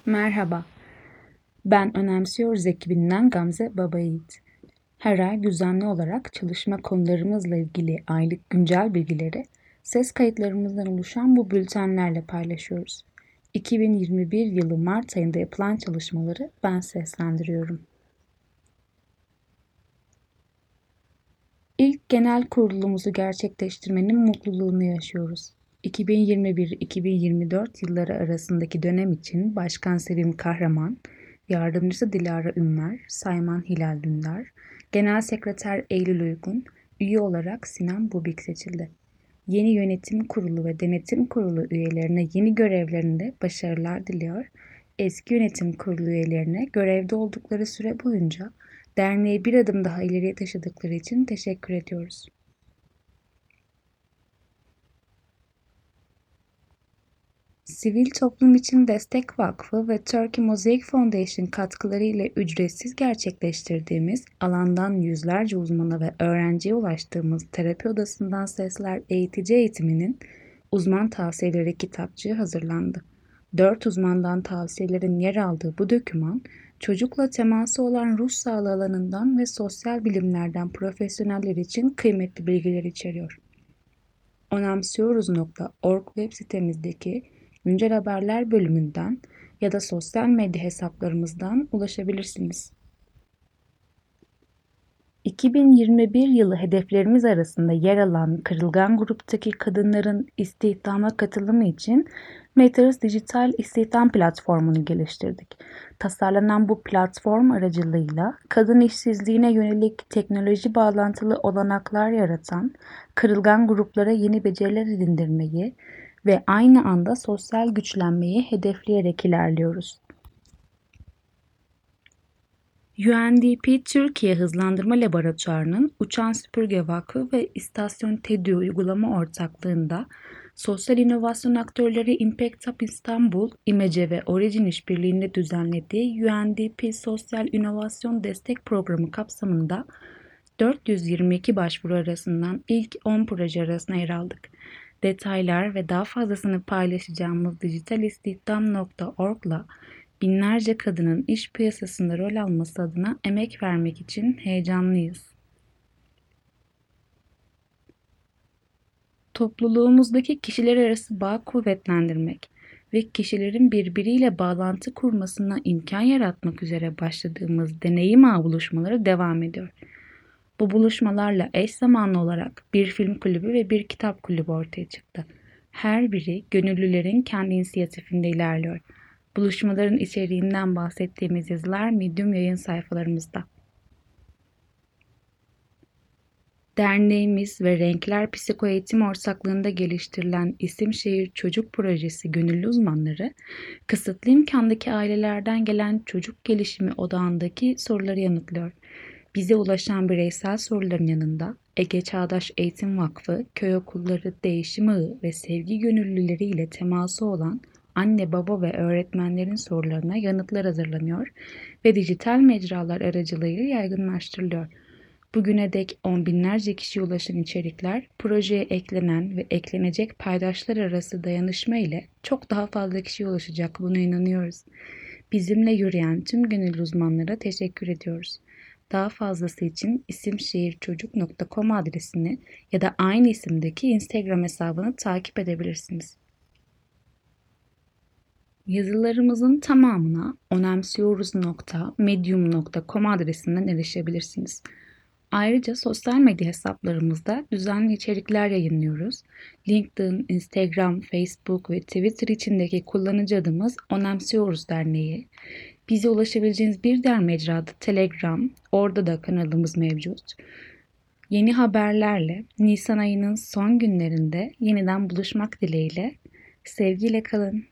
Merhaba, ben Önemsiyoruz ekibinden Gamze Babayiğit. Her ay düzenli olarak çalışma konularımızla ilgili aylık güncel bilgileri ses kayıtlarımızdan oluşan bu bültenlerle paylaşıyoruz. 2021 yılı Mart ayında yapılan çalışmaları ben seslendiriyorum. İlk genel kurulumuzu gerçekleştirmenin mutluluğunu yaşıyoruz. 2021-2024 yılları arasındaki dönem için Başkan Sevim Kahraman, Yardımcısı Dilara Ünver, Sayman Hilal Dündar, Genel Sekreter Eylül Uygun, üye olarak Sinan Bubik seçildi. Yeni yönetim kurulu ve denetim kurulu üyelerine yeni görevlerinde başarılar diliyor, eski yönetim kurulu üyelerine görevde oldukları süre boyunca derneği bir adım daha ileriye taşıdıkları için teşekkür ediyoruz. Sivil Toplum İçin Destek Vakfı ve Turkey Mosaic Foundation katkıları ile ücretsiz gerçekleştirdiğimiz, alandan yüzlerce uzmana ve öğrenciye ulaştığımız Terapi Odasından Sesler eğitici eğitiminin uzman tavsiyeleri kitapçığı hazırlandı. 4 uzmandan tavsiyelerin yer aldığı bu doküman, çocukla teması olan ruh sağlığı alanından ve sosyal bilimlerden profesyoneller için kıymetli bilgiler içeriyor. Önemsiyoruz.org web sitemizdeki güncel haberler bölümünden ya da sosyal medya hesaplarımızdan ulaşabilirsiniz. 2021 yılı hedeflerimiz arasında yer alan kırılgan gruptaki kadınların istihdama katılımı için Matters Dijital İstihdam Platformu'nu geliştirdik. Tasarlanan bu platform aracılığıyla kadın işsizliğine yönelik teknoloji bağlantılı olanaklar yaratan kırılgan gruplara yeni beceriler edindirmeyi ve aynı anda sosyal güçlenmeyi hedefleyerek ilerliyoruz. UNDP Türkiye Hızlandırma Laboratuvarı'nın Uçan Süpürge Vakfı ve İstasyon TEDÜ uygulama ortaklığında sosyal inovasyon aktörleri Impact Hub İstanbul, İMECE ve Origin işbirliğinde düzenlediği UNDP Sosyal İnovasyon Destek Programı kapsamında 422 başvuru arasından ilk 10 proje arasına yer aldık. Detaylar ve daha fazlasını paylaşacağımız dijitalistihdam.org'la binlerce kadının iş piyasasında rol alması adına emek vermek için heyecanlıyız. Topluluğumuzdaki kişiler arası bağı kuvvetlendirmek ve kişilerin birbiriyle bağlantı kurmasına imkan yaratmak üzere başladığımız deneyim ağı buluşmaları devam ediyor. Bu buluşmalarla eş zamanlı olarak bir film kulübü ve bir kitap kulübü ortaya çıktı. Her biri gönüllülerin kendi inisiyatifinde ilerliyor. Buluşmaların içeriğinden bahsettiğimiz yazılar Medium yayın sayfalarımızda. Derneğimiz ve Renkler Psikoeğitim ortaklığında geliştirilen İsim Şehir Çocuk Projesi gönüllü uzmanları, kısıtlı imkandaki ailelerden gelen çocuk gelişimi odağındaki soruları yanıtlıyor. Bize ulaşan bireysel soruların yanında Ege Çağdaş Eğitim Vakfı, köy okulları, değişim ağı ve sevgi gönüllüleri ile teması olan anne, baba ve öğretmenlerin sorularına yanıtlar hazırlanıyor ve dijital mecralar aracılığıyla yaygınlaştırılıyor. Bugüne dek on binlerce kişiye ulaşan içerikler, projeye eklenen ve eklenecek paydaşlar arası dayanışma ile çok daha fazla kişiye ulaşacak, buna inanıyoruz. Bizimle yürüyen tüm gönüllü uzmanlara teşekkür ediyoruz. Daha fazlası için isimşehirçocuk.com adresini ya da aynı isimdeki Instagram hesabını takip edebilirsiniz. Yazılarımızın tamamına önemsiyoruz.medium.com adresinden erişebilirsiniz. Ayrıca sosyal medya hesaplarımızda düzenli içerikler yayınlıyoruz. LinkedIn, Instagram, Facebook ve Twitter içindeki kullanıcı adımız Önemsiyoruz Derneği. Bize ulaşabileceğiniz bir diğer mecrada Telegram, orada da kanalımız mevcut. Yeni haberlerle Nisan ayının son günlerinde yeniden buluşmak dileğiyle sevgiyle kalın.